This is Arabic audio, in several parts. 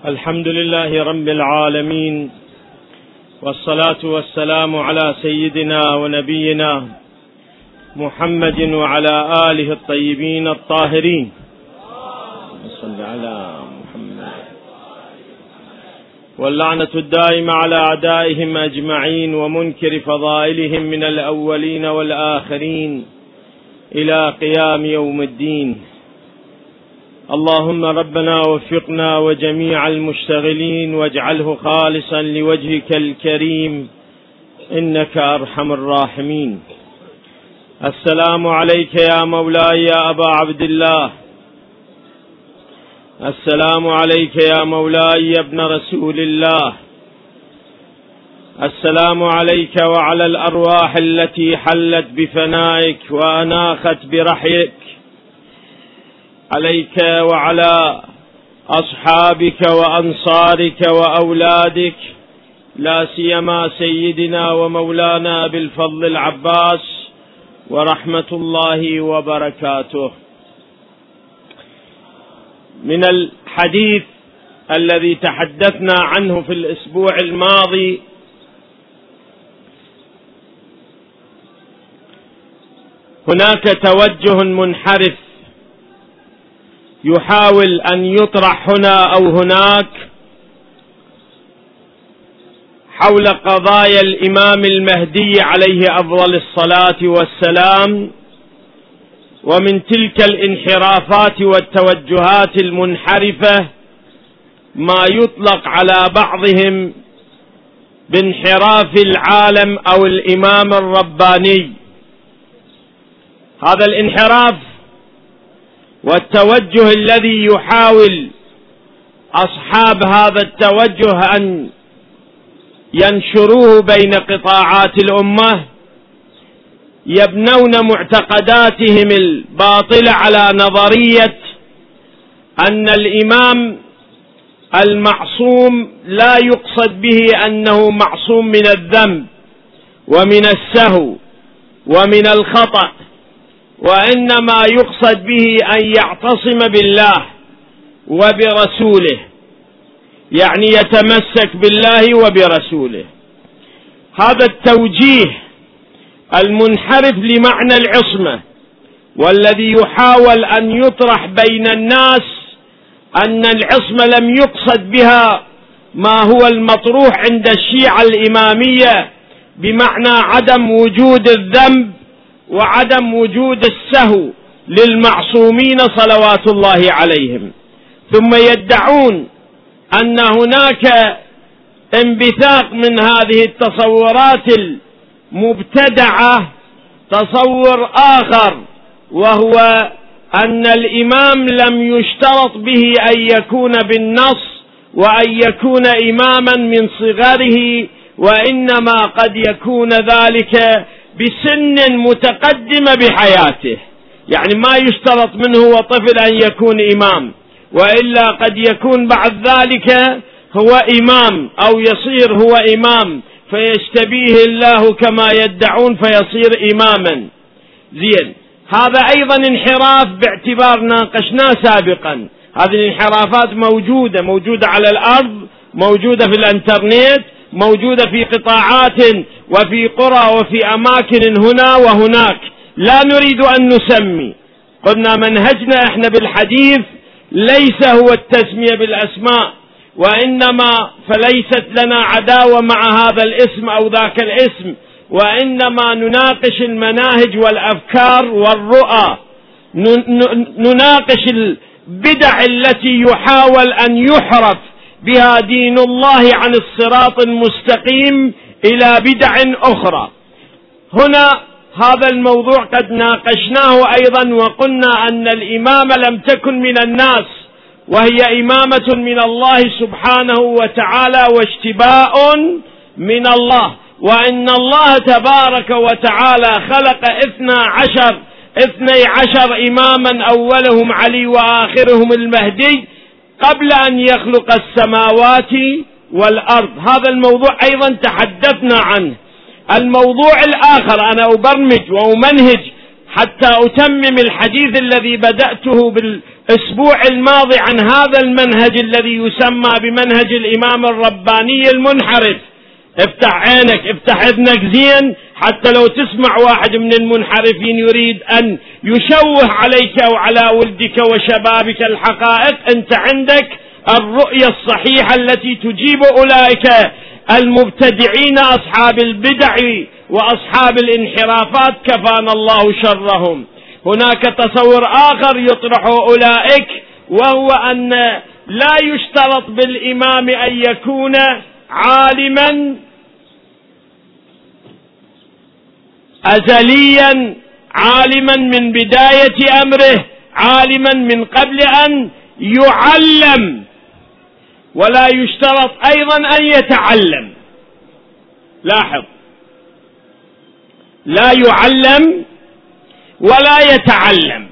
الحمد لله رب العالمين، والصلاة والسلام على سيدنا ونبينا محمد وعلى آله الطيبين الطاهرين. صل على محمد. واللعنة الدائمة على أعدائهم أجمعين ومنكر فضائلهم من الأولين والآخرين إلى قيام يوم الدين. اللهم ربنا وفقنا وجميع المشتغلين واجعله خالصا لوجهك الكريم إنك أرحم الراحمين. السلام عليك يا مولاي يا أبا عبد الله، السلام عليك يا مولاي يا ابن رسول الله، السلام عليك وعلى الأرواح التي حلت بفنائك وأناخت برحيك، عليك وعلى أصحابك وأنصارك وأولادك، لا سيما سيدنا ومولانا أبي الفضل العباس ورحمة الله وبركاته. من الحديث الذي تحدثنا عنه في الأسبوع الماضي هناك توجه منحرف يحاول أن يطرح هنا أو هناك حول قضايا الإمام المهدي عليه أفضل الصلاة والسلام، ومن تلك الانحرافات والتوجهات المنحرفة ما يطلق على بعضهم بانحراف العالم أو الإمام الرباني. هذا الانحراف والتوجه الذي يحاول أصحاب هذا التوجه أن ينشروه بين قطاعات الأمة، يبنون معتقداتهم الباطلة على نظرية أن الإمام المعصوم لا يقصد به أنه معصوم من الذنب ومن السهو ومن الخطأ، وإنما يقصد به أن يعتصم بالله وبرسوله، يعني يتمسك بالله وبرسوله. هذا التوجيه المنحرف لمعنى العصمة والذي يحاول أن يطرح بين الناس أن العصمة لم يقصد بها ما هو المطروح عند الشيعة الإمامية بمعنى عدم وجود الذنب وعدم وجود السهو للمعصومين صلوات الله عليهم، ثم يدعون أن هناك انبثاق من هذه التصورات المبتدعة تصور آخر، وهو أن الإمام لم يشترط به أن يكون بالنص وأن يكون إماما من صغره، وإنما قد يكون ذلك بسن متقدمة بحياته، يعني ما يشترط منه وطفل أن يكون إمام، وإلا قد يكون بعد ذلك هو إمام أو يصير هو إمام فيشتبيه الله كما يدعون فيصير إماما. زين، هذا أيضا انحراف باعتبار ناقشناه سابقا. هذه الانحرافات موجودة على الأرض، موجودة في الانترنت، موجودة في قطاعات وفي قرى وفي أماكن هنا وهناك، لا نريد أن نسمي. قلنا منهجنا احنا بالحديث ليس هو التسمية بالأسماء، وإنما فليست لنا عداوة مع هذا الاسم أو ذاك الاسم، وإنما نناقش المناهج والأفكار والرؤى، نناقش البدع التي يحاول أن يحرف بها دين الله عن الصراط المستقيم إلى بدع أخرى. هنا هذا الموضوع قد ناقشناه أيضا، وقلنا أن الإمامة لم تكن من الناس، وهي إمامة من الله سبحانه وتعالى واشتباء من الله، وإن الله تبارك وتعالى خلق 12 إماما، أولهم علي وآخرهم المهدي، قبل أن يخلق السماوات والأرض. هذا الموضوع أيضا تحدثنا عنه. الموضوع الآخر أنا أبرمج وأمنهج حتى أتمم الحديث الذي بدأته بالأسبوع الماضي عن هذا المنهج الذي يسمى بمنهج الإمام الرباني المنحرف. افتح عينك، افتح اذنك زين، حتى لو تسمع واحد من المنحرفين يريد أن يشوه عليك أو على ولدك وشبابك الحقائق، أنت عندك الرؤية الصحيحة التي تجيب أولئك المبتدعين أصحاب البدع وأصحاب الانحرافات، كفانا الله شرهم. هناك تصور آخر يطرح أولئك، وهو أن لا يشترط بالإمام أن يكون عالما أزليا، عالما من بداية أمره، عالما من قبل أن يعلم، ولا يشترط أيضا أن يتعلم. لاحظ، لا يعلم ولا يتعلم.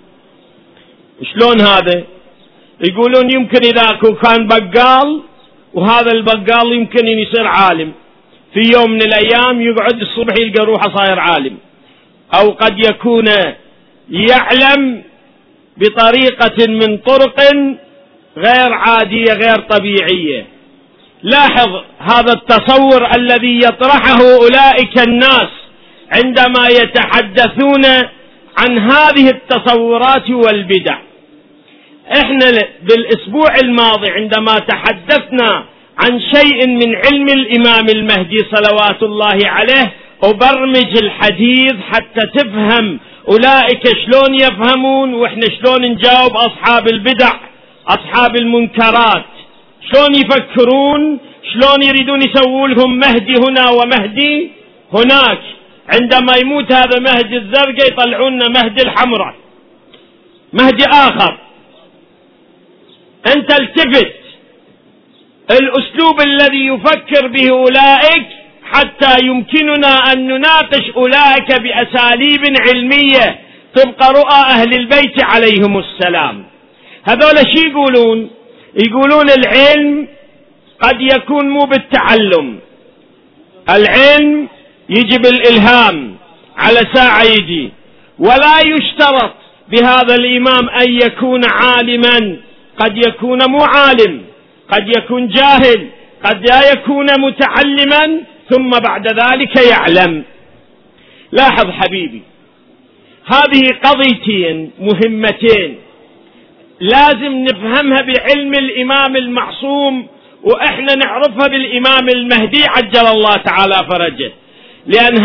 شلون هذا؟ يقولون يمكن إذا كان بقال، وهذا البقال يمكن أن يصير عالم، في يوم من الأيام يقعد الصبح يلقى روحه صاير عالم، أو قد يكون يعلم بطريقة من طرق غير عادية غير طبيعية. لاحظ هذا التصور الذي يطرحه أولئك الناس عندما يتحدثون عن هذه التصورات والبدع. احنا بالاسبوع الماضي عندما تحدثنا عن شيء من علم الامام المهدي صلوات الله عليه، أبرمج الحديث حتى تفهم أولئك شلون يفهمون، وإحنا شلون نجاوب أصحاب البدع أصحاب المنكرات، شلون يفكرون، شلون يريدون يسووا لهم مهدي هنا ومهدي هناك. عندما يموت هذا مهدي الزرقاء يطلعون مهدي الحمراء، مهدي آخر. أنت التفت الأسلوب الذي يفكر به أولئك حتى يمكننا أن نناقش أولئك بأساليب علمية تبقى رؤى أهل البيت عليهم السلام. هذول شي يقولون؟ يقولون العلم قد يكون مو بالتعلم، العلم يجي بالإلهام، على ساعة يجي، ولا يشترط بهذا الإمام أن يكون عالما، قد يكون مو عالم، قد يكون جاهل، قد لا يكون متعلما ثم بعد ذلك يعلم. لاحظ حبيبي، هذه قضيتين مهمتين لازم نفهمها بعلم الإمام المعصوم، وإحنا نعرفها بالإمام المهدي عجل الله تعالى فرجه. لأن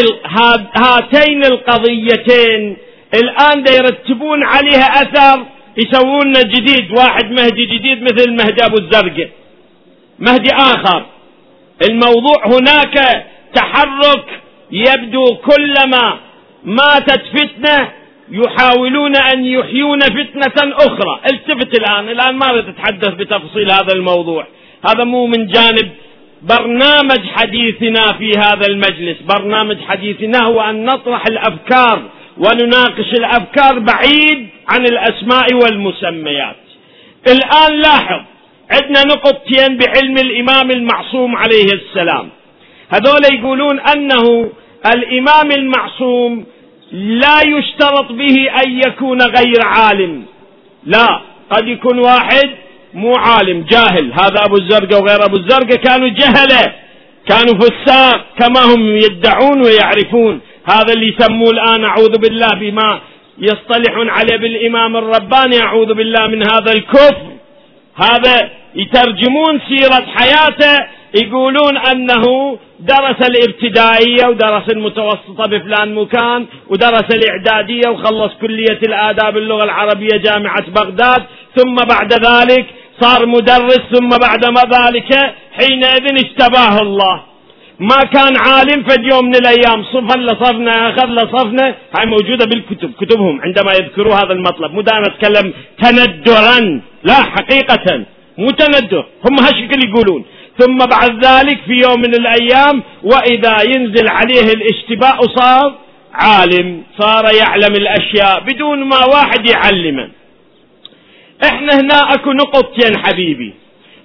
هاتين القضيتين الآن يرتبون عليها أثر، يسوون جديد، واحد مهدي جديد مثل مهدي أبو الزرقاء، مهدي آخر. الموضوع هناك تحرك، يبدو كلما ماتت فتنة يحاولون أن يحيون فتنة أخرى. التفت الآن ما نتحدث بتفصيل هذا الموضوع، هذا مو من جانب برنامج حديثنا في هذا المجلس. برنامج حديثنا هو أن نطرح الأفكار ونناقش الأفكار بعيد عن الأسماء والمسميات. الآن لاحظ، عندنا نقطتين بعلم الإمام المعصوم عليه السلام. هذول يقولون أنه الإمام المعصوم لا يشترط به أن يكون غير عالم، لا، قد يكون واحد مو عالم، جاهل. هذا أبو الزرقاء وغير أبو الزرقاء كانوا جهلة، كانوا فساق كما هم يدعون ويعرفون. هذا اللي يسموه الآن أعوذ بالله بما يصطلحون عليه بالإمام الرباني، أعوذ بالله من هذا الكفر. هذا يترجمون سيرة حياته، يقولون أنه درس الابتدائية ودرس المتوسطة بفلان مكان ودرس الإعدادية وخلص كلية الآداب اللغة العربية جامعة بغداد، ثم بعد ذلك صار مدرس، ثم بعد ما ذلك حينئذ اشتباه الله. ما كان عالم، فد يوم من الأيام صفا لصفنا أخذ لصفنا. هاي موجودة بالكتب، كتبهم عندما يذكروا هذا المطلب. مو دائما أتكلم تندرا، لا، حقيقة مو تندر، هم هالشكل يقولون. ثم بعد ذلك في يوم من الأيام وإذا ينزل عليه الاشتباه صار عالم، صار يعلم الأشياء بدون ما واحد يعلمه. احنا هنا اكو نقطتين حبيبي.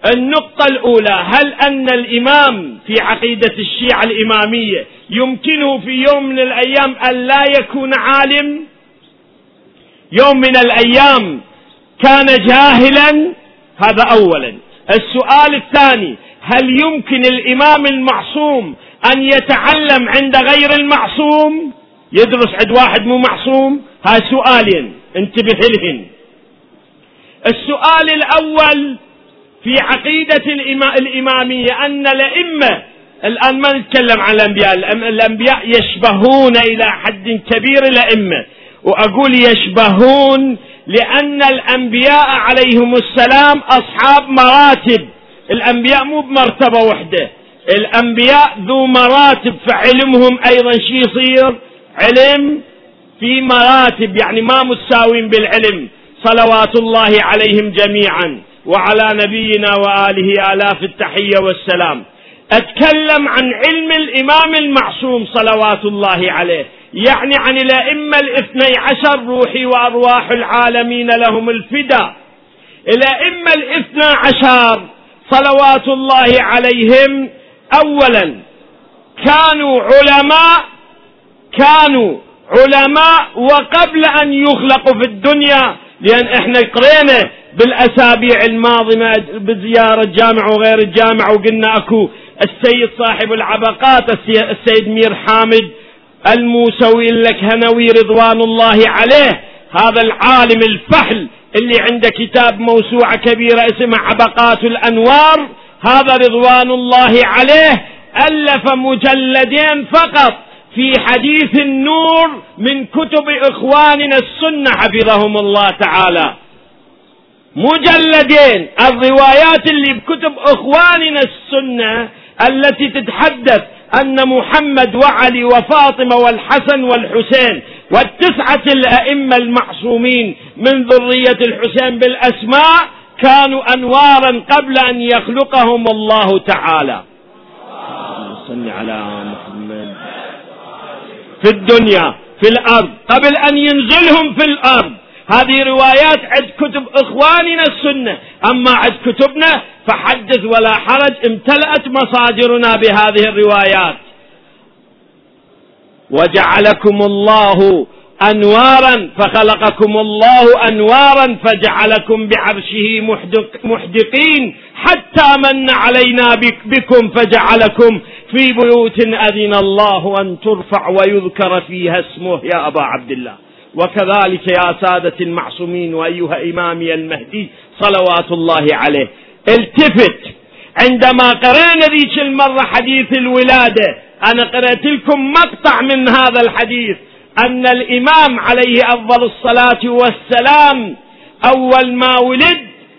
النقطة الأولى: هل أن الإمام في عقيدة الشيعة الإمامية يمكنه في يوم من الأيام أن لا يكون عالم؟ يوم من الأيام كان جاهلا؟ هذا أولا. السؤال الثاني: هل يمكن الإمام المعصوم أن يتعلم عند غير المعصوم؟ يدرس عند واحد مو معصوم؟ هاي سؤالين انتبه لهن. السؤال الأول: في عقيدة الإمامية أن الأئمة، الآن ما نتكلم عن الأنبياء يشبهون إلى حد كبير الأئمة، وأقول يشبهون لأن الأنبياء عليهم السلام أصحاب مراتب. الأنبياء مو بمرتبة وحدة، الأنبياء ذو مراتب، فعلمهم أيضا شي يصير علم في مراتب، يعني ما متساوين بالعلم، صلوات الله عليهم جميعا وعلى نبينا وآله آلاف التحية والسلام. أتكلم عن علم الإمام المعصوم صلوات الله عليه، يعني عن الأئمة 12 روحي وأرواح العالمين لهم الفداء. الأئمة 12 صلوات الله عليهم أولا كانوا علماء وقبل أن يخلقوا في الدنيا، لأن احنا قرينا بالأسابيع الماضية بزيارة جامع وغير الجامع، وقلنا أكو السيد صاحب العبقات السيد مير حامد الموسوي الهنوي رضوان الله عليه، هذا العالم الفحل اللي عنده كتاب موسوعة كبيرة اسمها عبقات الأنوار، هذا رضوان الله عليه ألف مجلدين فقط في حديث النور من كتب إخواننا السنة حفظهم الله تعالى، مجلدين. الروايات اللي بكتب إخواننا السنة التي تتحدث أن محمد وعلي وفاطمة والحسن والحسين والتسعة الأئمة المعصومين من ذرية الحسين بالأسماء كانوا أنوارا قبل أن يخلقهم الله تعالى. صل على محمد. في الدنيا في الأرض قبل أن ينزلهم في الأرض. هذه روايات عند كتب إخواننا السنة، أما عند كتبنا فحدث ولا حرج، امتلأت مصادرنا بهذه الروايات. وجعلكم الله أنوارا، فخلقكم الله أنوارا فجعلكم بعرشه محدقين حتى من علينا بكم فجعلكم في بيوت أذن الله أن ترفع ويذكر فيها اسمه يا أبا عبد الله. وكذلك يا سادة المعصومين وأيها إمامي المهدي صلوات الله عليه، التفت عندما قرأنا ذيك المرة حديث الولادة، أنا قرأت لكم مقطع من هذا الحديث، أن الإمام عليه أفضل الصلاة والسلام أول ما ولد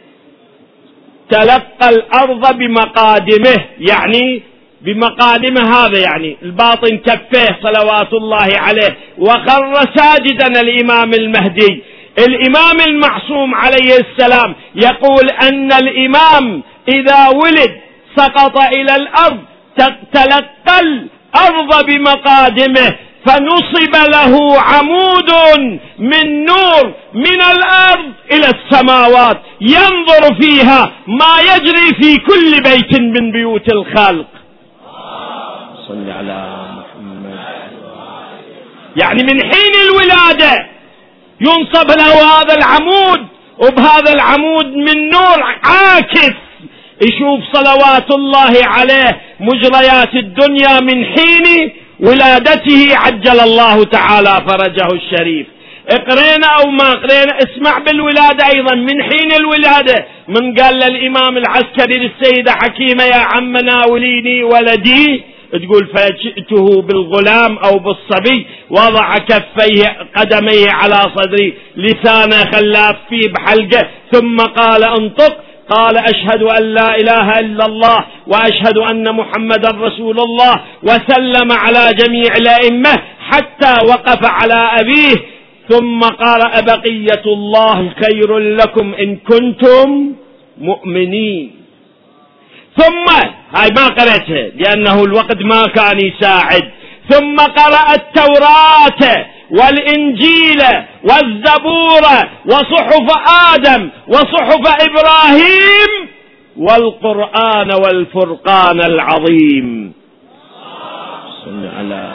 تلقى الأرض بمقادمه، يعني بمقادمه هذا يعني الباطن كفيه صلوات الله عليه، وخر ساجدا الإمام المهدي. الإمام المعصوم عليه السلام يقول أن الإمام إذا ولد سقط إلى الأرض، تلقى الأرض بمقادمه، فنصب له عمود من نور من الأرض إلى السماوات ينظر فيها ما يجري في كل بيت من بيوت الخلق. صل على محمد. يعني من حين الولادة ينصب له هذا العمود، وبهذا العمود من نور عاكس يشوف صلوات الله عليه مجريات الدنيا من حين ولادته عجل الله تعالى فرجه الشريف. اقرينا او ما اقرينا، اسمع بالولادة ايضا، من حين الولادة من قال للامام العسكري للسيدة حكيمة يا عم ناوليني ولدي، تقول فجئته بالغلام او بالصبي، وضع كفيه قدميه على صدري، لسانه خلاف فيه بحلقه، ثم قال انطق، قال أشهد أن لا إله إلا الله وأشهد أن محمدا رسول الله، وسلم على جميع الأئمة حتى وقف على أبيه، ثم قال أبقية الله خير لكم إن كنتم مؤمنين. ثم هاي ما قرأتها لأنه الوقت ما كان يساعد، ثم قرأ التوراة والإنجيل والزبور وصحف آدم وصحف إبراهيم، والقرآن والفرقان العظيم. صل على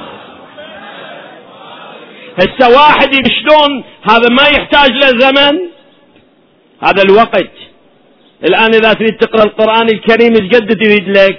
هسه واحد شلون هذا ما يحتاج له زمن، هذا الوقت. الآن إذا تريد تقرأ القرآن الكريم ايش قد تريد لك؟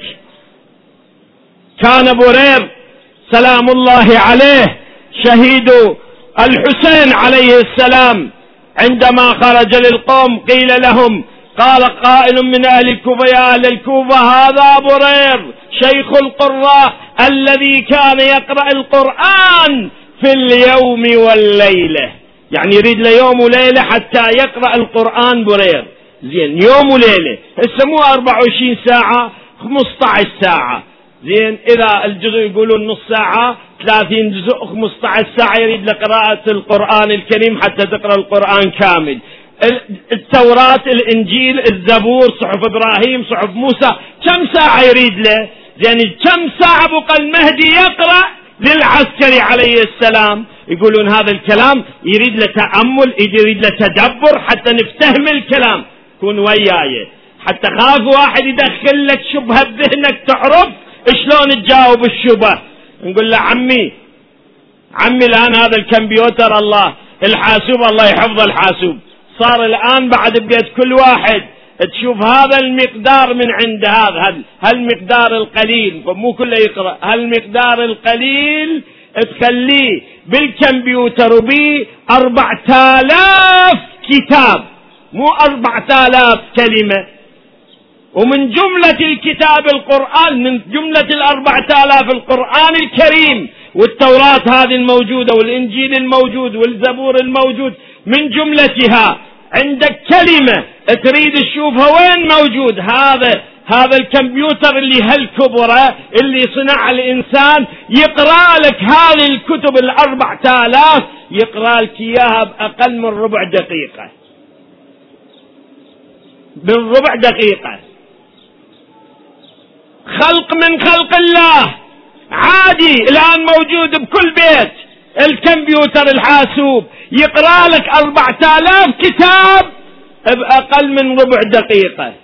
كان برير سلام الله عليه شهيد الحسين عليه السلام عندما خرج للقوم قيل لهم، قال قائل من أهل الكوفة يا أهل الكوفة هذا برير شيخ القراء الذي كان يقرأ القرآن في اليوم والليلة، يعني يريد له يوم وليلة حتى يقرأ القرآن برير. زين يوم وليلة، هسه مو 24 ساعة 15 ساعة. زين إذا الجزء يقولون نص ساعة 30 جزء 15 ساعة يريد لقراءة القرآن الكريم حتى تقرأ القرآن كامل. التوراة الإنجيل الزبور صحف إبراهيم صحف موسى كم ساعة يريد له؟ يعني كم ساعة بقى المهدي يقرأ للعسكري عليه السلام؟ يقولون هذا الكلام يريد له تأمل، يريد له تدبر حتى نفتهم الكلام. كون وياي حتى خاف واحد يدخل لك شبهة بذهنك تعرف شلون تجاوب الشبه. نقول له عمي الآن هذا الكمبيوتر الله الحاسوب الله يحفظ الحاسوب صار الآن بعد بيت كل واحد تشوف هذا المقدار من عند هذا هالمقدار القليل، مو كله يقرأ هالمقدار القليل تخليه بالكمبيوتر وبي 4000 كتاب مو 4000 كلمة. ومن جملة الكتاب القرآن، من جملة 4000 القرآن الكريم والتوراة هذه الموجودة والإنجيل الموجود والزبور الموجود، من جملتها عندك كلمة تريد تشوفها وين موجود. هذا الكمبيوتر اللي هالكبرة اللي صنع الإنسان يقرأ لك هذه الكتب 4000 يقرأ لك إياها بأقل من ربع دقيقة، بالربع دقيقة. خلق من خلق الله عادي الآن موجود بكل بيت الكمبيوتر الحاسوب يقرأ لك 4000 كتاب بأقل من ربع دقيقة.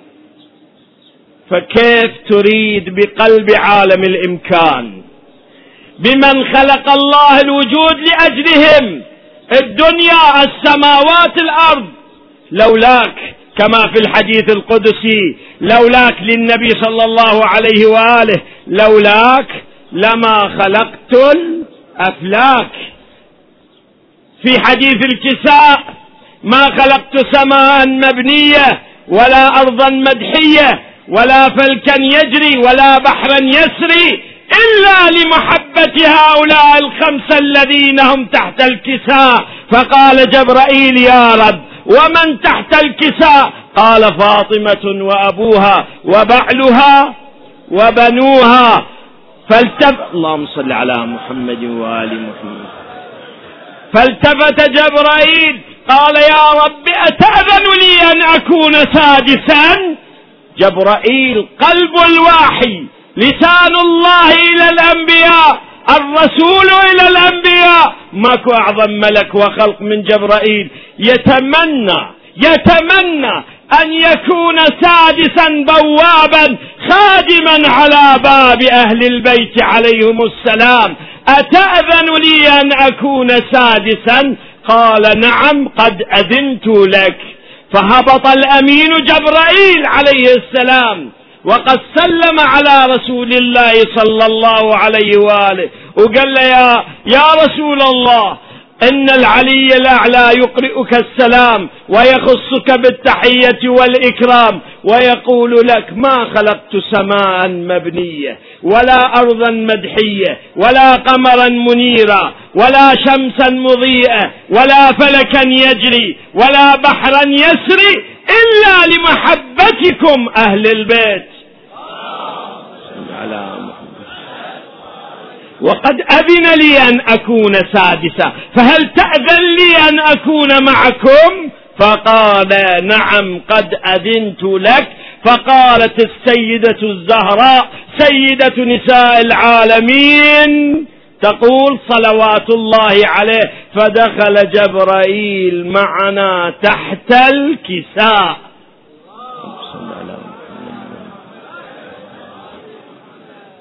فكيف تريد بقلب عالم الإمكان بمن خلق الله الوجود لأجلهم الدنيا السماوات الأرض، لولاك كما في الحديث القدسي لولاك للنبي صلى الله عليه وآله لولاك لما خلقت الأفلاك. في حديث الكساء ما خلقت سماء مبنية ولا أرضا مدحية ولا فلكا يجري ولا بحرا يسري إلا لمحبة هؤلاء الخمسة الذين هم تحت الكساء. فقال جبرائيل يا رب ومن تحت الكساء؟ قال فاطمة وأبوها وبعلها وبنوها. اللهم صل على محمد وآل محمد. فالتفت جبرائيل قال يا رب أتأذن لي أن أكون سادسا؟ جبرائيل قلب الوحي، لسان الله إلى الأنبياء، الرسول إلى الأنبياء، ماكو أعظم ملك وخلق من جبرائيل. يتمنى أن يكون سادسا بوابا خادما على باب أهل البيت عليهم السلام. أتأذن لي أن أكون سادسا؟ قال نعم قد أذنت لك. فهبط الأمين جبرائيل عليه السلام وقد سلم على رسول الله صلى الله عليه وآله وقال له يا رسول الله إن العلي الأعلى يقرئك السلام ويخصك بالتحية والإكرام ويقول لك ما خلقت سماء مبنية ولا أرضا مدحية ولا قمرا منيرا ولا شمسا مضيئة ولا فلكا يجري ولا بحرا يسري إلا لمحبتكم أهل البيت. وقد أذن لي أن أكون سادسا فهل تأذن لي أن أكون معكم؟ فقال نعم قد أذنت لك. فقالت السيدة الزهراء سيدة نساء العالمين تقول صلوات الله عليه فدخل جبرائيل معنا تحت الكساء.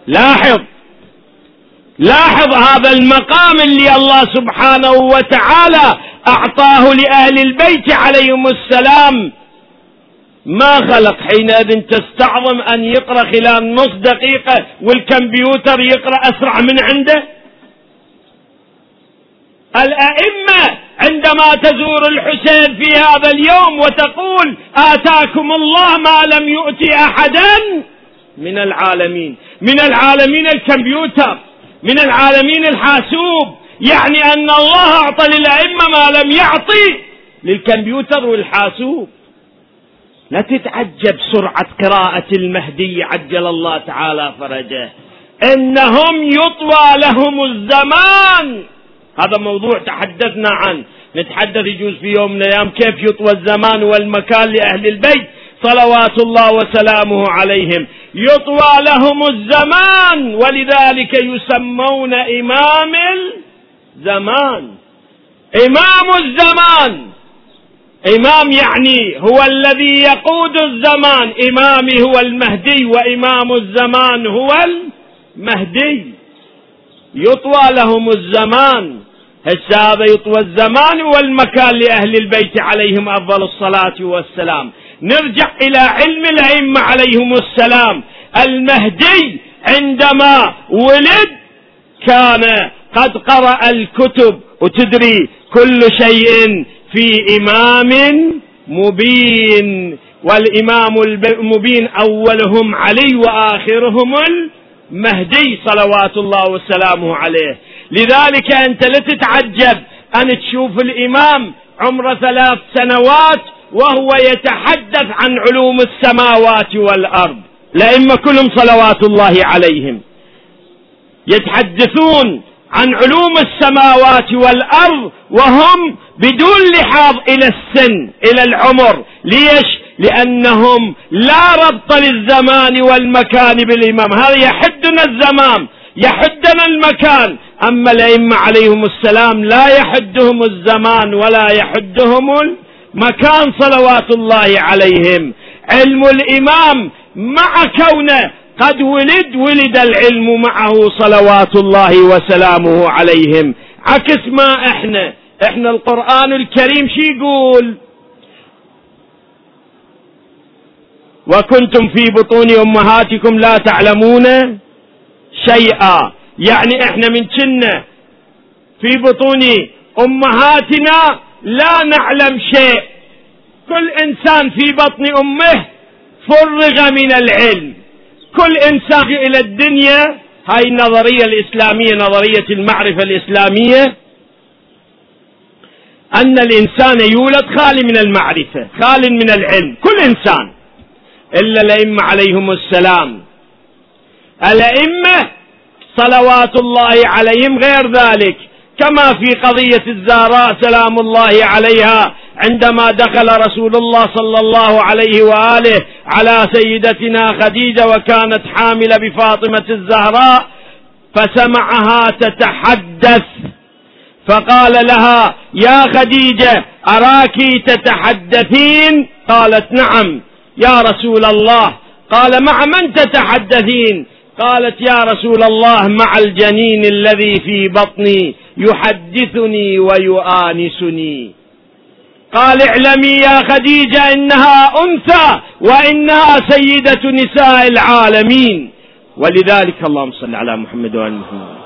لاحظ هذا المقام اللي الله سبحانه وتعالى أعطاه لأهل البيت عليهم السلام. ما خلق حينئذ تستعظم أن يقرأ خلال نص دقيقة والكمبيوتر يقرأ أسرع من عنده. الأئمة عندما تزور الحسين في هذا اليوم وتقول آتاكم الله ما لم يؤتي أحدا من العالمين الكمبيوتر، من العالمين الحاسوب، يعني أن الله أعطى للأئمة ما لم يعطي للكمبيوتر والحاسوب. لا تتعجب سرعة قراءة المهدي عجل الله تعالى فرجه، إنهم يطوى لهم الزمان. هذا موضوع تحدثنا عنه، نتحدث يجوز في يوم من الأيام كيف يطوى الزمان والمكان لأهل البيت صلوات الله وسلامه عليهم. يطوى لهم الزمان ولذلك يسمون إمام الزمان. إمام الزمان، إمام يعني هو الذي يقود الزمان. إمامي هو المهدي وإمام الزمان هو المهدي. يطوى لهم الزمان، هذا يطوى الزمان والمكان لأهل البيت عليهم أفضل الصلاة والسلام. نرجع إلى علم الأئمة عليهم السلام. المهدي عندما ولد كان قد قرأ الكتب، وتدري كل شيء في إمام مبين، والإمام المبين أولهم علي وآخرهم المهدي صلوات الله وسلامه عليه. لذلك أنت لا تتعجب أن تشوف الإمام عمره 3 سنوات وهو يتحدث عن علوم السماوات والأرض. الأئمة كلهم صلوات الله عليهم يتحدثون عن علوم السماوات والأرض وهم بدون لحاظ إلى السن إلى العمر. ليش؟ لأنهم لا ربط للزمان والمكان بالإمام. هذا يحدنا الزمان يحدنا المكان، أما الأئمة عليهم السلام لا يحدهم الزمان ولا يحدهم المكان صلوات الله عليهم. علم الإمام مع كونه قد ولد العلم معه صلوات الله وسلامه عليهم، عكس ما احنا القرآن الكريم شي يقول؟ وكنتم في بطون أمهاتكم لا تعلمون شيئا، يعني احنا من كنا في بطون أمهاتنا لا نعلم شيء. كل إنسان في بطن أمه فرغ من العلم. كل إنسان إلى الدنيا، هاي النظرية الإسلامية نظرية المعرفة الإسلامية، أن الإنسان يولد خالي من المعرفة خالي من العلم، كل إنسان، إلا الأئمة عليهم السلام. الأئمة صلوات الله عليهم غير ذلك، كما في قضية الزهراء سلام الله عليها عندما دخل رسول الله صلى الله عليه وآله على سيدتنا خديجة وكانت حاملة بفاطمة الزهراء، فسمعها تتحدث فقال لها يا خديجة أراك تتحدثين؟ قالت نعم يا رسول الله. قال مع من تتحدثين؟ قالت يا رسول الله مع الجنين الذي في بطني يحدثني ويؤانسني. قال اعلمي يا خديجة إنها أنثى وإنها سيدة نساء العالمين. ولذلك اللهم صل على محمد وآل محمد.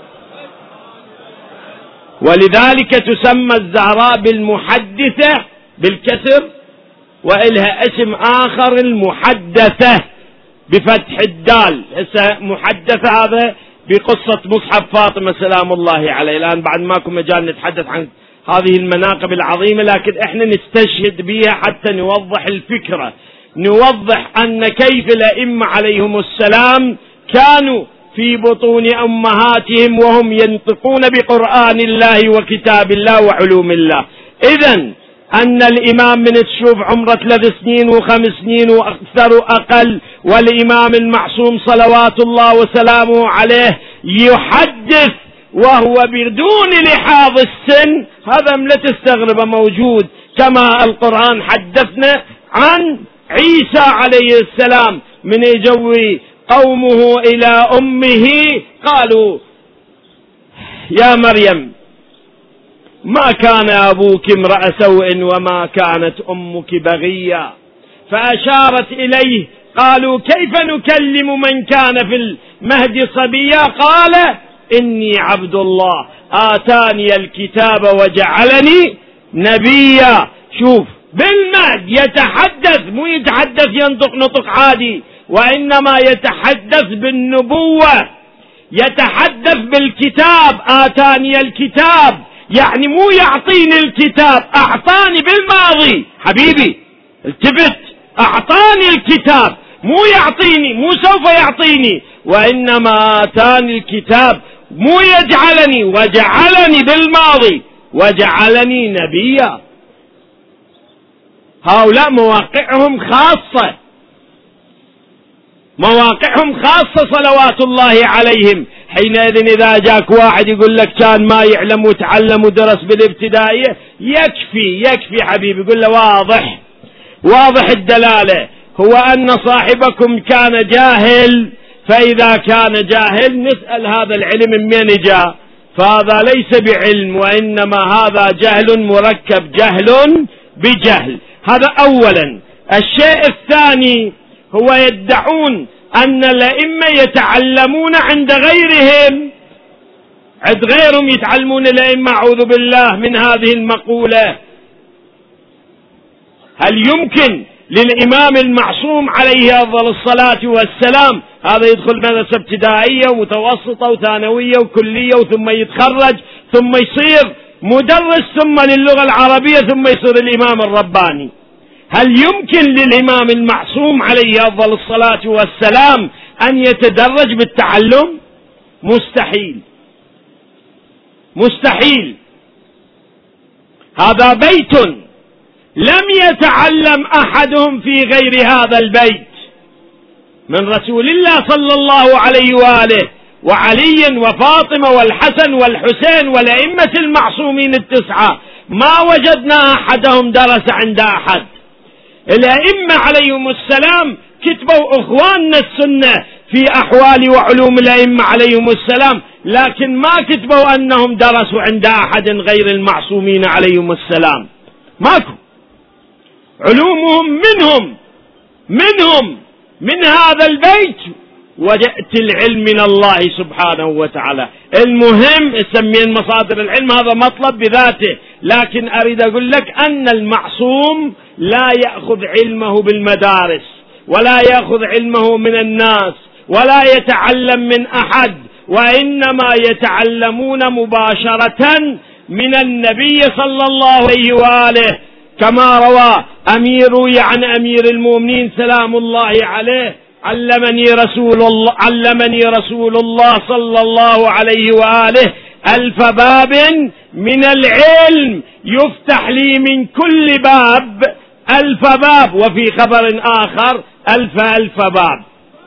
ولذلك تسمى الزهراء بالمحدثة بالكسر، وإلها اسم آخر المحدثة بفتح الدال. محدثة هذا بقصة مصحف فاطمة سلام الله عليه. الآن بعد ماكو مجال نتحدث عن هذه المناقب العظيمة، لكن احنا نستشهد بها حتى نوضح الفكرة، نوضح أن كيف الأئمة عليهم السلام كانوا في بطون أمهاتهم وهم ينطقون بقرآن الله وكتاب الله وعلوم الله. إذن أن الإمام من تشوف عمره 3 سنين و5 سنين وأكثر وأقل، والإمام المعصوم صلوات الله وسلامه عليه يحدث وهو بدون لحاظ السن، هذا لا تستغرب موجود. كما القرآن حدثنا عن عيسى عليه السلام من يجوي قومه إلى أمه قالوا يا مريم ما كان أبوك امرأ سوء وما كانت أمك بغيا، فأشارت إليه. قالوا كيف نكلم من كان في المهد صبيا؟ قال إني عبد الله آتاني الكتاب وجعلني نبيا. شوف، بالمهد يتحدث، مو يتحدث ينطق نطق عادي، وإنما يتحدث بالنبوة، يتحدث بالكتاب. آتاني الكتاب يعني مو يعطيني الكتاب، أعطاني بالماضي. حبيبي التفت، أعطاني الكتاب، مو يعطيني، مو سوف يعطيني، وإنما آتاني الكتاب، مو يجعلني، وجعلني بالماضي، وجعلني نبيا. هؤلاء مواقعهم خاصة، مواقعهم خاصة صلوات الله عليهم. حينئذ إذا جاك واحد يقول لك كان ما يعلم وتعلم ودرس بالابتدائية، يكفي حبيبي، يقول له واضح الدلالة، هو أن صاحبكم كان جاهل، فإذا كان جاهل نسأل هذا العلم من جاء، فهذا ليس بعلم، وإنما هذا جهل مركب، جهل بجهل. هذا أولا. الشيء الثاني هو يدعون أن الأئمة يتعلمون عند غيرهم، عند غيرهم يتعلمون الأئمة. أعوذ بالله من هذه المقولة. هل يمكن للإمام المعصوم عليه أفضل الصلاة والسلام هذا يدخل مدرسة ابتدائية ومتوسطة وثانوية وكلية ثم يتخرج ثم يصير مدرس ثم للغة العربية ثم يصير الإمام الرباني؟ هل يمكن للإمام المعصوم عليه أفضل الصلاة والسلام أن يتدرج بالتعلم؟ مستحيل. هذا بيت لم يتعلم أحدهم في غير هذا البيت من رسول الله صلى الله عليه وآله، وعلي وفاطمة والحسن والحسين والأئمة المعصومين التسعة، ما وجدنا أحدهم درس عند أحد. الأئمة عليهم السلام كتبوا إخواننا السنة في أحوال وعلوم الأئمة عليهم السلام، لكن ما كتبوا أنهم درسوا عند أحد غير المعصومين عليهم السلام. ماكو، علومهم منهم من هذا البيت، وجاءت العلم من الله سبحانه وتعالى. المهم سمين مصادر العلم، هذا مطلب بذاته، لكن أريد أقول لك أن المعصوم لا يأخذ علمه بالمدارس، ولا يأخذ علمه من الناس، ولا يتعلم من أحد، وإنما يتعلمون مباشرة من النبي صلى الله عليه وآله، كما روى روي عن أمير المؤمنين سلام الله عليه: علمني رسول الله صلى الله عليه وآله 1000 باب من العلم يفتح لي من كل باب 1000 باب، وفي خبر آخر 1000 باب.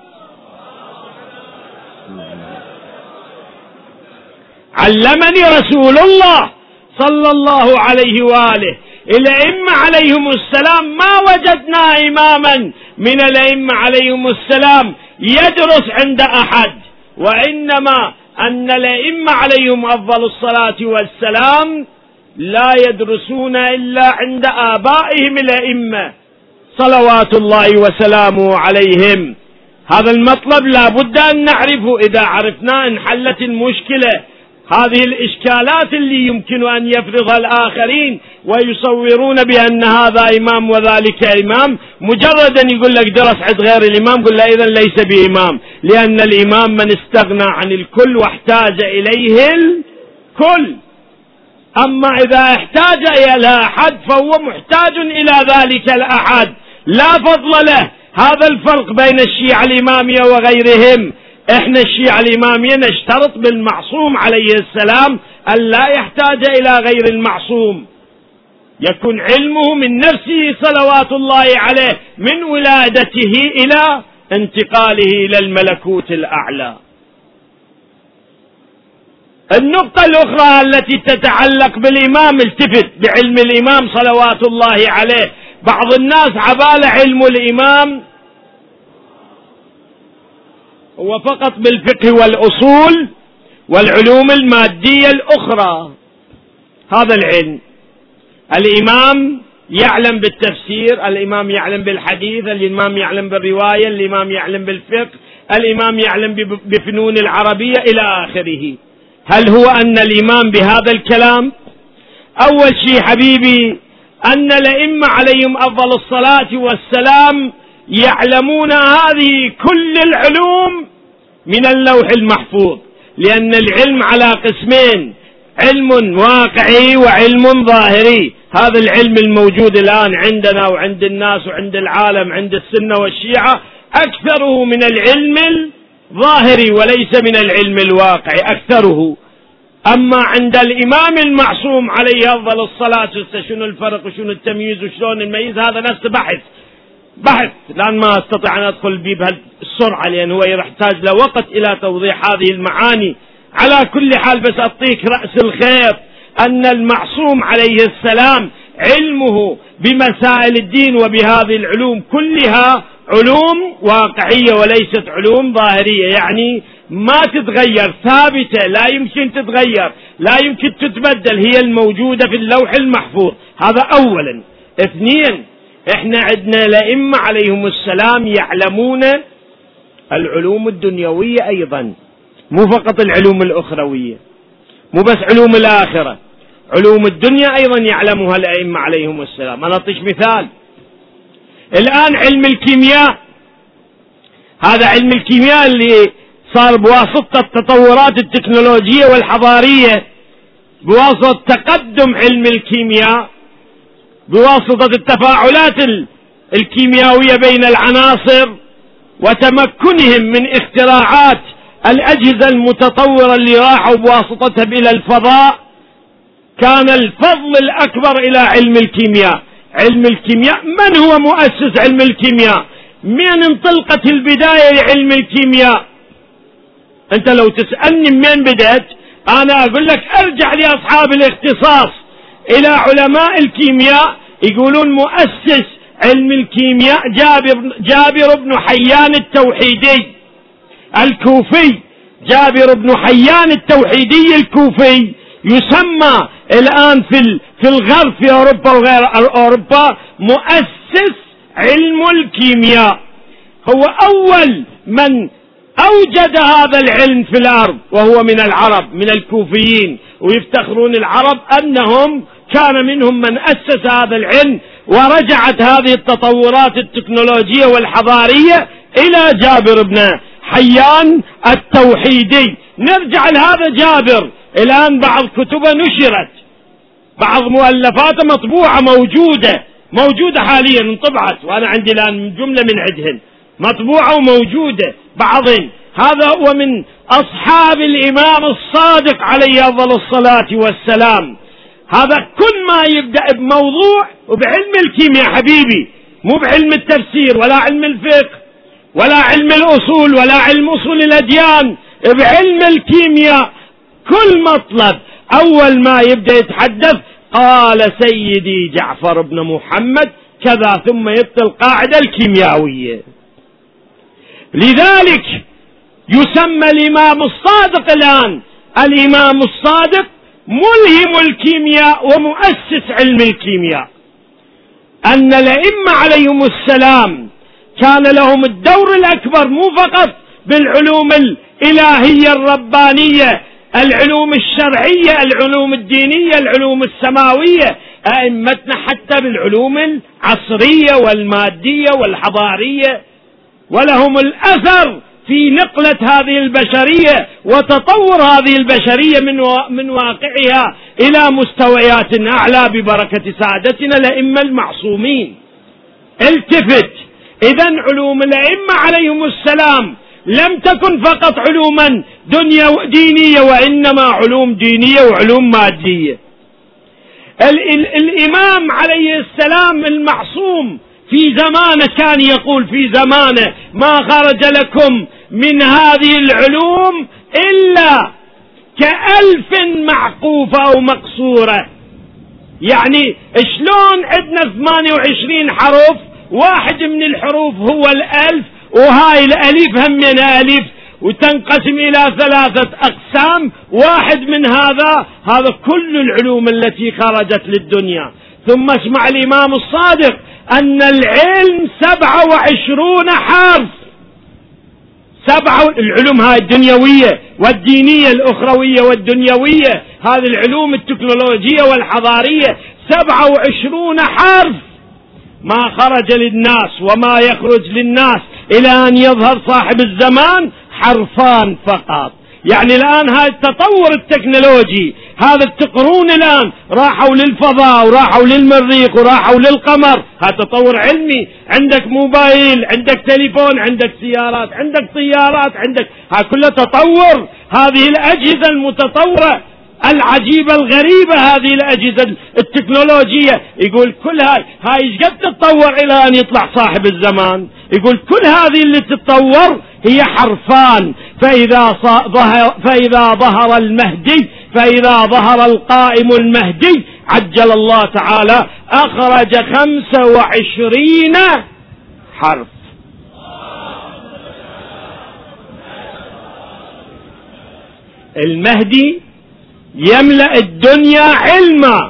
علمني رسول الله صلى الله عليه وآله. الأئمة عليهم السلام ما وجدنا إماما من الأئمة عليهم السلام يدرس عند أحد، وإنما أن الأئمة عليهم أفضل الصلاة والسلام لا يدرسون إلا عند آبائهم الأئمة صلوات الله وسلامه عليهم. هذا المطلب لا بد أن نعرفه، إذا عرفناه انحلت المشكلة. هذه الإشكالات اللي يمكن أن يفرضها الآخرين ويصورون بأن هذا إمام وذلك إمام، مجرد أن يقول لك درس عند غير الإمام قل له إذن ليس بإمام، لأن الإمام من استغنى عن الكل واحتاج إليه الكل. أما إذا احتاج إلى أحد فهو محتاج إلى ذلك الأحد، لا فضل له. هذا الفرق بين الشيعة الإمامية وغيرهم. احنا الشيعة الإمامية نشترط بالمعصوم عليه السلام أن لا يحتاج إلى غير المعصوم، يكون علمه من نفسه صلوات الله عليه من ولادته إلى انتقاله إلى الملكوت الأعلى. النقطة الأخرى التي تتعلق بالإمام، التفت بعلم الإمام صلوات الله عليه. بعض الناس عبال علم الإمام هو فقط بالفقه والأصول والعلوم المادية الأخرى. هذا العلم. الإمام يعلم بالتفسير، الإمام يعلم بالحديث، الإمام يعلم بالرواية، الإمام يعلم بالفقه، الإمام يعلم بفنون العربية إلى آخره. هل هو أن الإمام بهذا الكلام؟ أول شيء حبيبي أن الأئمة عليهم أفضل الصلاة والسلام يعلمون هذه كل العلوم من اللوح المحفوظ، لأن العلم على قسمين: علم واقعي وعلم ظاهري. هذا العلم الموجود الآن عندنا وعند الناس وعند العالم عند السنة والشيعة أكثره من العلم الظاهري وليس من العلم الواقعي أكثره. أما عند الإمام المعصوم عليه أفضل الصلاة والسلام شنو الفرق وشنو التمييز وشلون الميز، هذا نفس بحث لأن ما أستطيع أن أدخل به بهالسرعة، لأن هو يحتاج له وقت إلى توضيح هذه المعاني. على كل حال بس أعطيك رأس الخير أن المعصوم عليه السلام علمه بمسائل الدين وبهذه العلوم كلها علوم واقعية وليست علوم ظاهرية، يعني ما تتغير، ثابتة، لا يمكن تتغير، لا يمكن تتبدل، هي الموجودة في اللوح المحفوظ. هذا أولا. اثنين، احنا عندنا الأئمة عليهم السلام يعلمون العلوم الدنيوية أيضا، مو فقط العلوم الأخروية، مو بس علوم الآخرة، علوم الدنيا أيضا يعلمها الأئمة عليهم السلام. أنا أعطيك مثال. الآن علم الكيمياء، هذا علم الكيمياء اللي صار بواسطة التطورات التكنولوجية والحضارية، بواسطة تقدم علم الكيمياء، بواسطة التفاعلات الكيميائية بين العناصر وتمكنهم من اختراعات الأجهزة المتطورة اللي راحوا بواسطتها إلى الفضاء، كان الفضل الأكبر إلى علم الكيمياء. علم الكيمياء، من هو مؤسس علم الكيمياء؟ من انطلقت البداية لعلم الكيمياء؟ أنت لو تسألني من بدأت، أنا أقول لك أرجع لأصحاب الاختصاص إلى علماء الكيمياء، يقولون مؤسس علم الكيمياء جابر بن حيان التوحيدي الكوفي. جابر بن حيان التوحيدي الكوفي يسمى الآن في الغرب، في أوروبا وغير أوروبا، مؤسس علم الكيمياء. هو أول من أوجد هذا العلم في الأرض، وهو من العرب، من الكوفيين، ويفتخرون العرب أنهم كان منهم من أسس هذا العلم، ورجعت هذه التطورات التكنولوجية والحضارية إلى جابر بن حيان التوحيدي. نرجع لهذا جابر، الآن بعض كتبه نشرت، بعض مؤلفاته مطبوعة موجودة حاليا، انطبعت، وأنا عندي الآن جملة من عندهن مطبوعة وموجودة بعضهم. هذا هو من أصحاب الإمام الصادق عليه أفضل الصلاة والسلام. هذا كل ما يبدأ بموضوع، وبعلم الكيمياء حبيبي، مو بعلم التفسير ولا علم الفقه ولا علم الأصول ولا علم أصول الأديان، بعلم الكيمياء كل مطلب أول ما يبدأ يتحدث قال سيدي جعفر بن محمد كذا، ثم يبدأ القاعدة الكيميائية. لذلك يسمى الإمام الصادق الآن الإمام الصادق ملهم الكيمياء ومؤسس علم الكيمياء. أن الأئمة عليهم السلام كان لهم الدور الأكبر، مو فقط بالعلوم الإلهية الربانية، العلوم الشرعية، العلوم الدينية، العلوم السماوية، أئمتنا حتى بالعلوم العصرية والمادية والحضارية، ولهم الأثر في نقلة هذه البشرية وتطور هذه البشرية من واقعها إلى مستويات أعلى ببركة سعادتنا الأئمة المعصومين. التفت، إذن علوم الأئمة عليهم السلام لم تكن فقط علوما دينية، وإنما علوم دينية وعلوم مادية. الإمام عليه السلام المعصوم في زمانه كان يقول في زمانه: ما خرج لكم من هذه العلوم إلا كألف معقوفة أو مقصورة. يعني شلون عندنا 28 حرف، واحد من الحروف هو الألف، وهاي الأليف هم من ألف، وتنقسم إلى 3 أقسام، واحد من هذا كل العلوم التي خرجت للدنيا. ثم اسمع الإمام الصادق أن العلم 27 حرف، العلوم هاي الدنيوية والدينية الأخروية والدنيوية، هذه العلوم التكنولوجية والحضارية 27 حرف. ما خرج للناس وما يخرج للناس إلى أن يظهر صاحب الزمان حرفان فقط. يعني الآن هذا التطور التكنولوجي، هذا التقرون الآن راحوا للفضاء وراحوا للمريخ وراحوا للقمر، هذا تطور علمي. عندك موبايل، عندك تليفون، عندك سيارات، عندك طيارات، عندك هذا كله تطور. هذه الأجهزة المتطورة العجيبة الغريبة، هذه الأجهزة التكنولوجية، يقول كل هاي ايش قد تتطور إلى أن يطلع صاحب الزمان؟ يقول كل هذه اللي تتطور هي حرفان. فإذا ظهر المهدي، فإذا ظهر القائم المهدي عجل الله تعالى أخرج 25 حرف. المهدي يملأ الدنيا علما.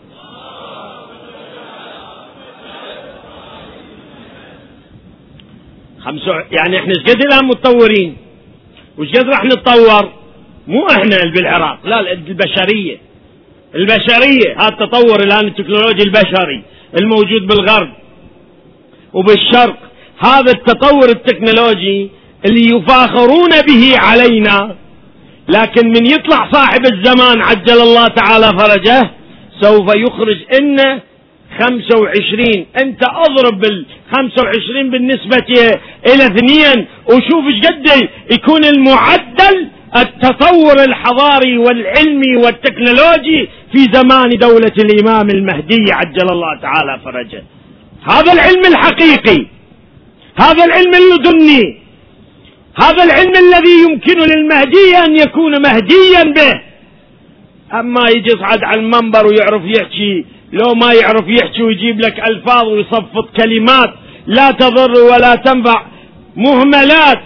يعني احنا ايش قد الان متطورين وش قد راح نتطور؟ مو احنا بالعراق، لا، البشرية هذا التطور الان التكنولوجي البشري الموجود بالغرب وبالشرق، هذا التطور التكنولوجي اللي يفاخرون به علينا. لكن من يطلع صاحب الزمان عجل الله تعالى فرجه سوف يخرج إن 25. انت اضرب 25 بالنسبة الى 2 وشوف ايش قد يكون المعدل التطور الحضاري والعلمي والتكنولوجي في زمان دولة الامام المهدي عجل الله تعالى فرجه. هذا العلم الحقيقي، هذا العلم اللدني، هذا العلم الذي يمكن للمهدي ان يكون مهديا به. اما يجي يصعد على المنبر ويعرف يحكي، لو ما يعرف يحكي ويجيب لك الفاظ ويصفط كلمات لا تضر ولا تنفع، مهملات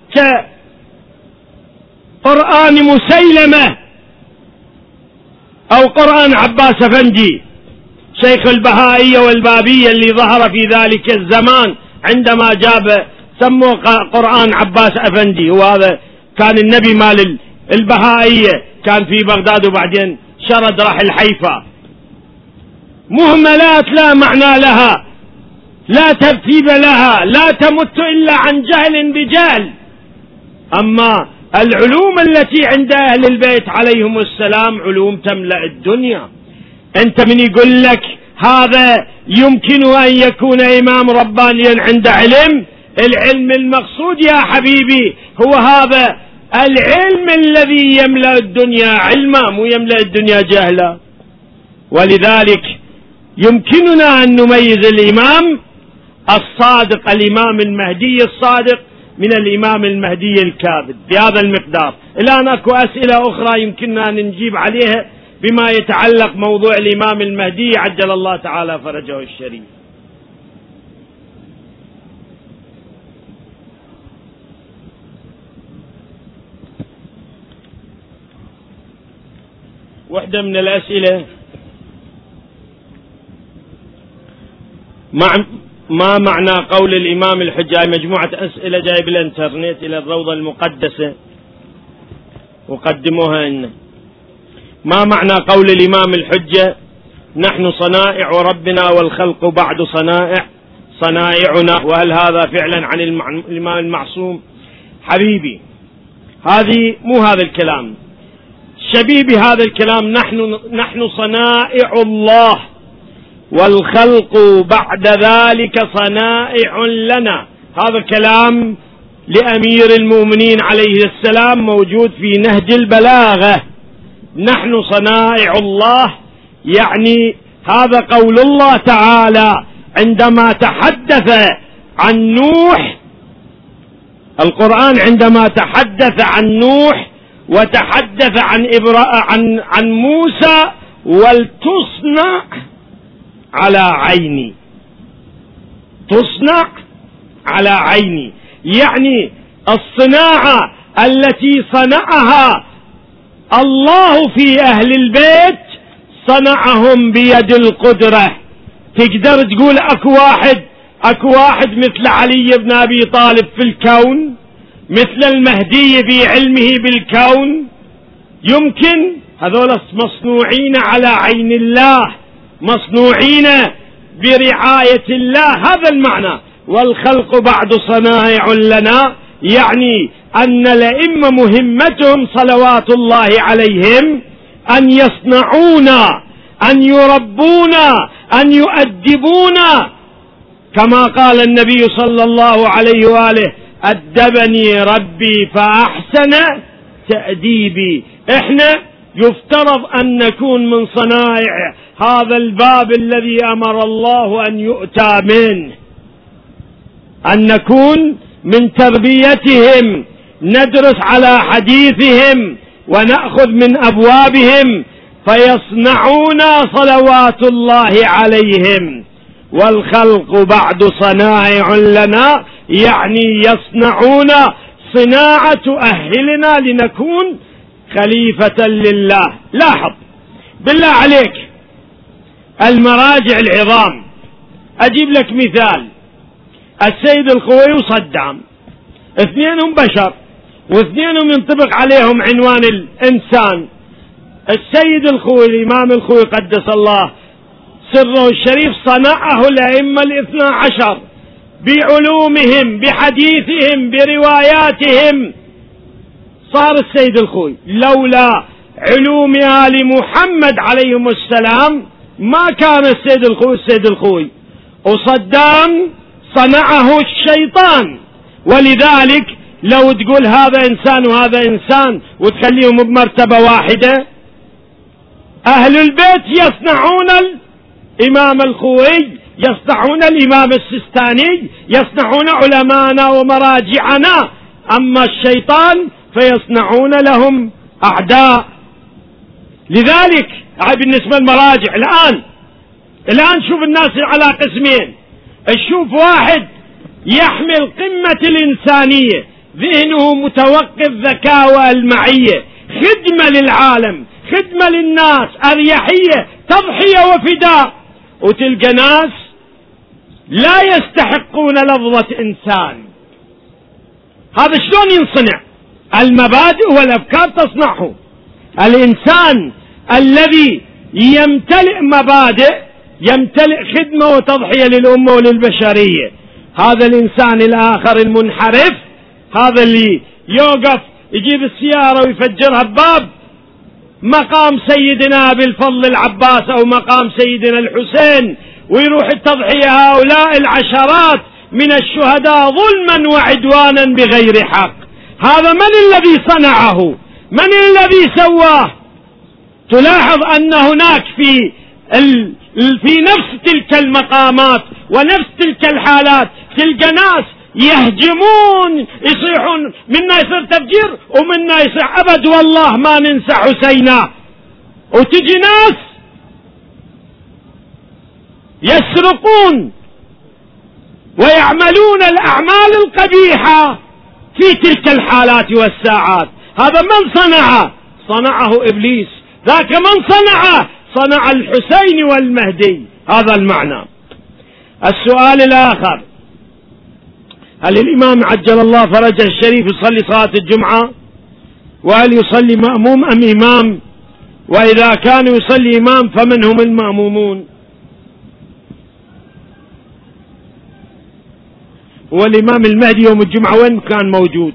كقرآن مسيلمة او قرآن عباس افندي شيخ البهائية والبابية اللي ظهر في ذلك الزمان عندما جاب سموه قرآن عباس افندي. وهذا كان النبي مال البهائية، كان في بغداد وبعدين شرد راح الحيفا. مهملات لا معنى لها، لا ترتيب لها، لا تمت إلا عن جهل بجهل. أما العلوم التي عند أهل البيت عليهم السلام علوم تملأ الدنيا. أنت من يقول لك هذا يمكن أن يكون إمام ربانيا عند علم؟ العلم المقصود يا حبيبي هو هذا العلم الذي يملأ الدنيا علما، مو يملأ الدنيا جهلا. ولذلك يمكننا أن نميز الإمام الصادق، الإمام المهدي الصادق، من الإمام المهدي الكاذب بهذا المقدار. الآن أكو أسئلة أخرى يمكننا أن نجيب عليها بما يتعلق موضوع الإمام المهدي عجل الله تعالى فرجه الشريف. واحدة من الأسئلة: ما معنى قول الإمام الحجة؟ مجموعة أسئلة جاي بالإنترنت إلى الروضة المقدسة وقدموها لنا. ما معنى قول الإمام الحجة: نحن صنائع ربنا والخلق بعد صنائعنا؟ وهل هذا فعلا عن الإمام المعصوم؟ حبيبي، هذه مو هذا الكلام، شبيه بهذا الكلام. نحن صنائع الله والخلق بعد ذلك صنائع لنا. هذا كلام لأمير المؤمنين عليه السلام موجود في نهج البلاغة. نحن صنائع الله، يعني هذا قول الله تعالى عندما تحدث عن نوح. القرآن عندما تحدث عن نوح وتحدث عن موسى: ولتصنع على عيني. تصنع على عيني، يعني الصناعة التي صنعها الله في أهل البيت صنعهم بيد القدرة. تقدر تقول أكو واحد مثل علي بن أبي طالب في الكون، مثل المهدي بعلمه بالكون؟ يمكن؟ هذول مصنوعين على عين الله، مصنوعين برعاية الله، هذا المعنى. والخلق بعد صنائع لنا، يعني أن الأئمة مهمتهم صلوات الله عليهم أن يصنعونا، أن يربونا، أن يؤدبونا، كما قال النبي صلى الله عليه وآله: أدبني ربي فأحسن تأديبي. احنا يفترض أن نكون من صنائع هذا الباب الذي أمر الله أن يؤتى منه، أن نكون من تربيتهم، ندرس على حديثهم ونأخذ من أبوابهم، فيصنعونا صلوات الله عليهم. والخلق بعد صنائع لنا، يعني يصنعون صناعة تؤهلنا لنكون خليفة لله. لاحظ بالله عليك المراجع العظام، أجيب لك مثال: السيد الخوئي وصدام، اثنينهم بشر واثنينهم ينطبق عليهم عنوان الإنسان. السيد الخوئي الإمام الخوئي قدس الله سره الشريف صنعه الأئمة الاثنى عشر بعلومهم، بحديثهم، برواياتهم. صار السيد الخوئي، لولا علوم آل محمد عليهم السلام ما كان السيد الخوئي. وصدام صنعه الشيطان. ولذلك لو تقول هذا إنسان وهذا إنسان وتخليهم بمرتبة واحدة، أهل البيت يصنعون الإمام الخوئي، يصنعون الإمام السستاني، يصنعون علماءنا ومراجعنا. أما الشيطان فيصنعون لهم أعداء. لذلك بالنسبة للمراجع الآن شوف الناس على قسمين. شوف واحد يحمل قمة الإنسانية، ذهنه متوقف، ذكاوة المعية، خدمة للعالم، خدمة للناس، أريحية، تضحية وفداء. وتلقى ناس لا يستحقون لفظة إنسان. هذا شلون ينصنع؟ المبادئ والأفكار تصنعه. الإنسان الذي يمتلئ مبادئ، يمتلئ خدمة وتضحية للأمة وللبشرية. هذا الإنسان الآخر المنحرف، هذا اللي يوقف يجيب السيارة ويفجرها بباب مقام سيدنا أبي الفضل العباس أو مقام سيدنا الحسين، ويروح التضحية هؤلاء العشرات من الشهداء ظلما وعدوانا بغير حق. هذا من الذي صنعه؟ من الذي سواه؟ تلاحظ أن هناك في نفس تلك المقامات ونفس تلك الحالات تلقى ناس يهجمون، يصيحون، منا يصير تفجير ومنا يصيح أبد والله ما ننسى حسينا. وتجي ناس يسرقون ويعملون الأعمال القبيحة في تلك الحالات والساعات. هذا من صنعه؟ صنعه إبليس. ذاك من صنعه؟ صنع الحسين والمهدي. هذا المعنى. السؤال الآخر: هل الإمام عجل الله فرجه الشريف يصلي صلاة الجمعة؟ وهل يصلي مأموم أم إمام؟ وإذا كان يصلي إمام فمن هم المأمومون؟ والإمام المهدي يوم الجمعة وين كان موجود؟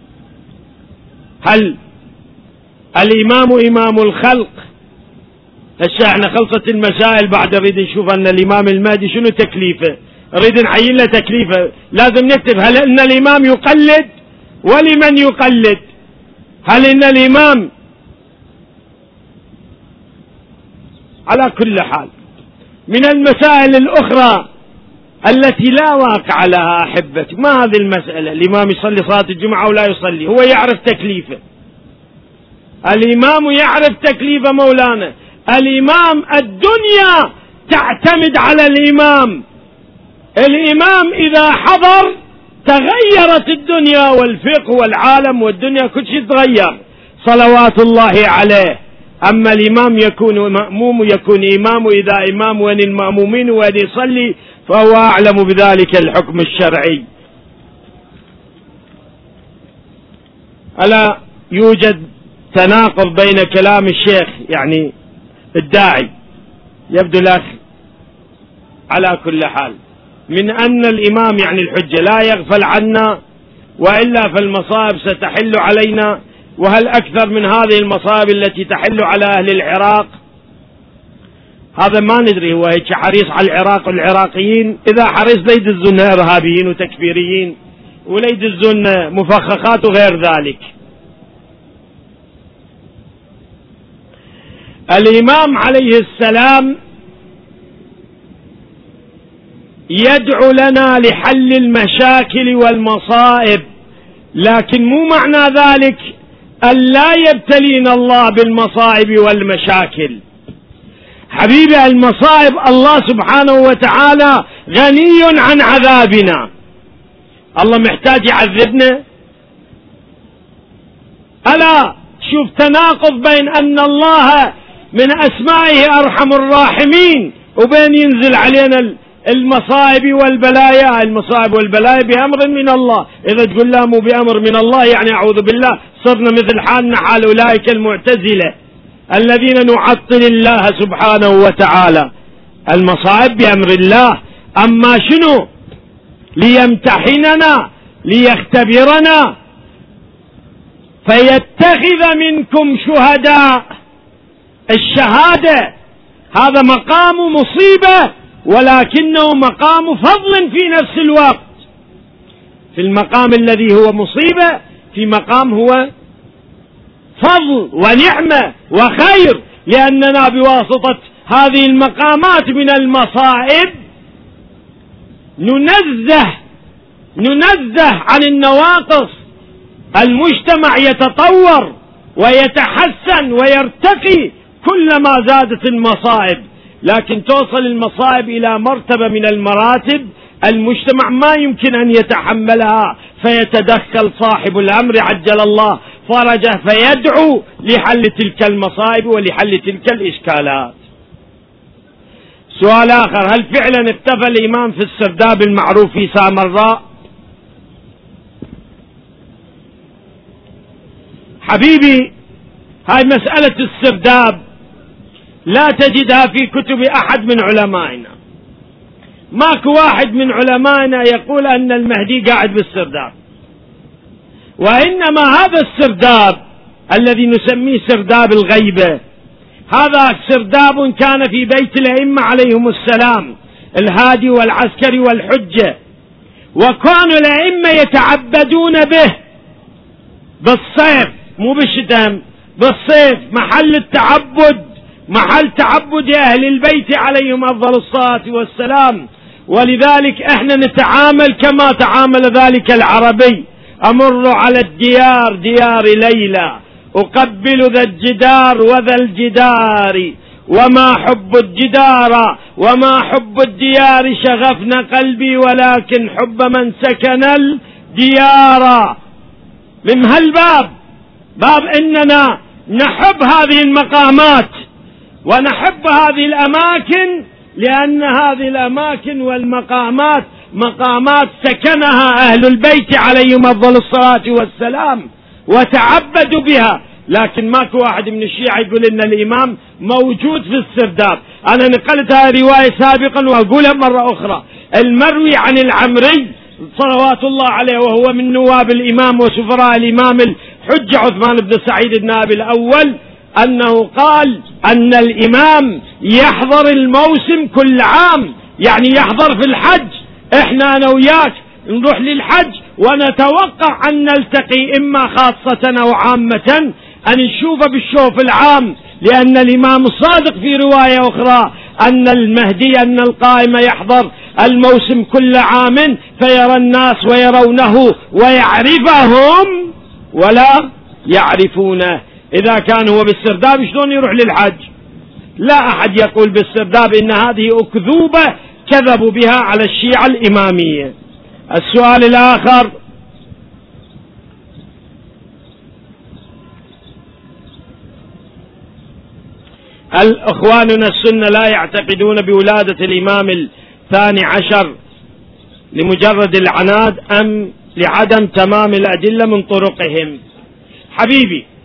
هل الإمام إمام الخلق؟ هسه احنا خلصت المسائل، بعد نريد نشوف أن الإمام المهدي شنو تكليفه، نريد نعين له تكليفه. لازم نكتب هل إن الإمام يقلد ولمن يقلد؟ هل إن الإمام؟ على كل حال من المسائل الأخرى التي لا واقع لها أحبتي، ما هذه المسألة الإمام يصلي صلاة الجمعة ولا يصلي، هو يعرف تكليفه. الإمام يعرف تكليف مولانا. الإمام الدنيا تعتمد على الإمام. الإمام إذا حضر تغيرت الدنيا والفقه والعالم والدنيا كل شيء تغير صلوات الله عليه. أما الإمام يكون مأموم يكون إمام، إذا إمام وين المأمومين وين يصلي فهو أعلم بذلك الحكم الشرعي. ألا يوجد تناقض بين كلام الشيخ يعني الداعي يبدو الأخ على كل حال من أن الإمام يعني الحجة لا يغفل عنا وإلا فالمصائب ستحل علينا، وهل أكثر من هذه المصائب التي تحل على أهل العراق؟ هذا ما ندري، هو هيك حريص على العراق والعراقيين، إذا حريص لا يدزون إرهابيين وتكفيريين ولا يدزون مفخخات وغير ذلك. الإمام عليه السلام يدعو لنا لحل المشاكل والمصائب، لكن مو معنى ذلك أن لا يبتلينا الله بالمصائب والمشاكل. حبيبي المصائب الله سبحانه وتعالى غني عن عذابنا، الله محتاج يعذبنا؟ ألا شوف تناقض بين أن الله من أسمائه أرحم الراحمين وبين ينزل علينا المصائب والبلايا. المصائب والبلايا بأمر من الله، إذا تقول لا مو بأمر من الله يعني أعوذ بالله صرنا مثل حالنا حال أولئك المعتزلة الذين نعطل الله سبحانه وتعالى. المصائب بأمر الله، أما شنو؟ ليمتحننا ليختبرنا فيتخذ منكم شهداء. الشهادة هذا مقام مصيبة ولكنه مقام فضل في نفس الوقت. في المقام الذي هو مصيبة في مقام هو فضل ونعمة وخير، لأننا بواسطة هذه المقامات من المصائب ننزه عن النواقص. المجتمع يتطور ويتحسن ويرتقي كلما زادت المصائب، لكن توصل المصائب إلى مرتبة من المراتب المجتمع ما يمكن أن يتحملها، فيتدخل صاحب الأمر عجل الله فرجه فيدعو لحل تلك المصائب ولحل تلك الإشكالات. سؤال آخر، هل فعلا اختفى الإمام في السرداب المعروف في سامراء؟ حبيبي هاي مسألة السرداب لا تجدها في كتب أحد من علمائنا، ماكو واحد من علمائنا يقول أن المهدي قاعد بالسرداب، وإنما هذا السرداب الذي نسميه سرداب الغيبة هذا سرداب كان في بيت الأئمة عليهم السلام الهادي والعسكري والحجة، وكانوا الأئمة يتعبدون به بالصيف مو بالشتاء، بالصيف محل التعبد، محل تعبد أهل البيت عليهم أفضل الصلاة والسلام. ولذلك احنا نتعامل كما تعامل ذلك العربي، أمر على الديار ديار ليلى أقبل ذا الجدار وذا الجدار وما حب الجدار وما حب الديار شغفنا قلبي ولكن حب من سكن الديار. من هالباب باب إننا نحب هذه المقامات ونحب هذه الأماكن، لأن هذه الأماكن والمقامات مقامات سكنها أهل البيت عليهم أفضل الصلاة والسلام وتعبدوا بها. لكن ماكو واحد من الشيعة يقول إن الإمام موجود في السرداب. أنا نقلتها رواية سابقا وأقولها مرة أخرى، المروي عن العمري صلوات الله عليه وهو من نواب الإمام وسفراء الإمام الحجة عثمان بن سعيد النائب الأول أنه قال أن الإمام يحضر الموسم كل عام، يعني يحضر في الحج. إحنا أنا وياك نروح للحج ونتوقع أن نلتقي إما خاصة أو عامة أن نشوفه بالشوف العام، لأن الإمام الصادق في رواية أخرى أن المهدي أن القائم يحضر الموسم كل عام فيرى الناس ويرونه ويعرفهم ولا يعرفونه. إذا كان هو بالسرداب شلون يروح للحج؟ لا أحد يقول بالسرداب إن هذه أكذوبة كذبوا بها على الشيعة الإمامية. السؤال الآخر: إخواننا السنة لا يعتقدون بولادة الإمام الثاني عشر لمجرد العناد أم لعدم تمام الأدلة من طرقهم؟ حبيبي،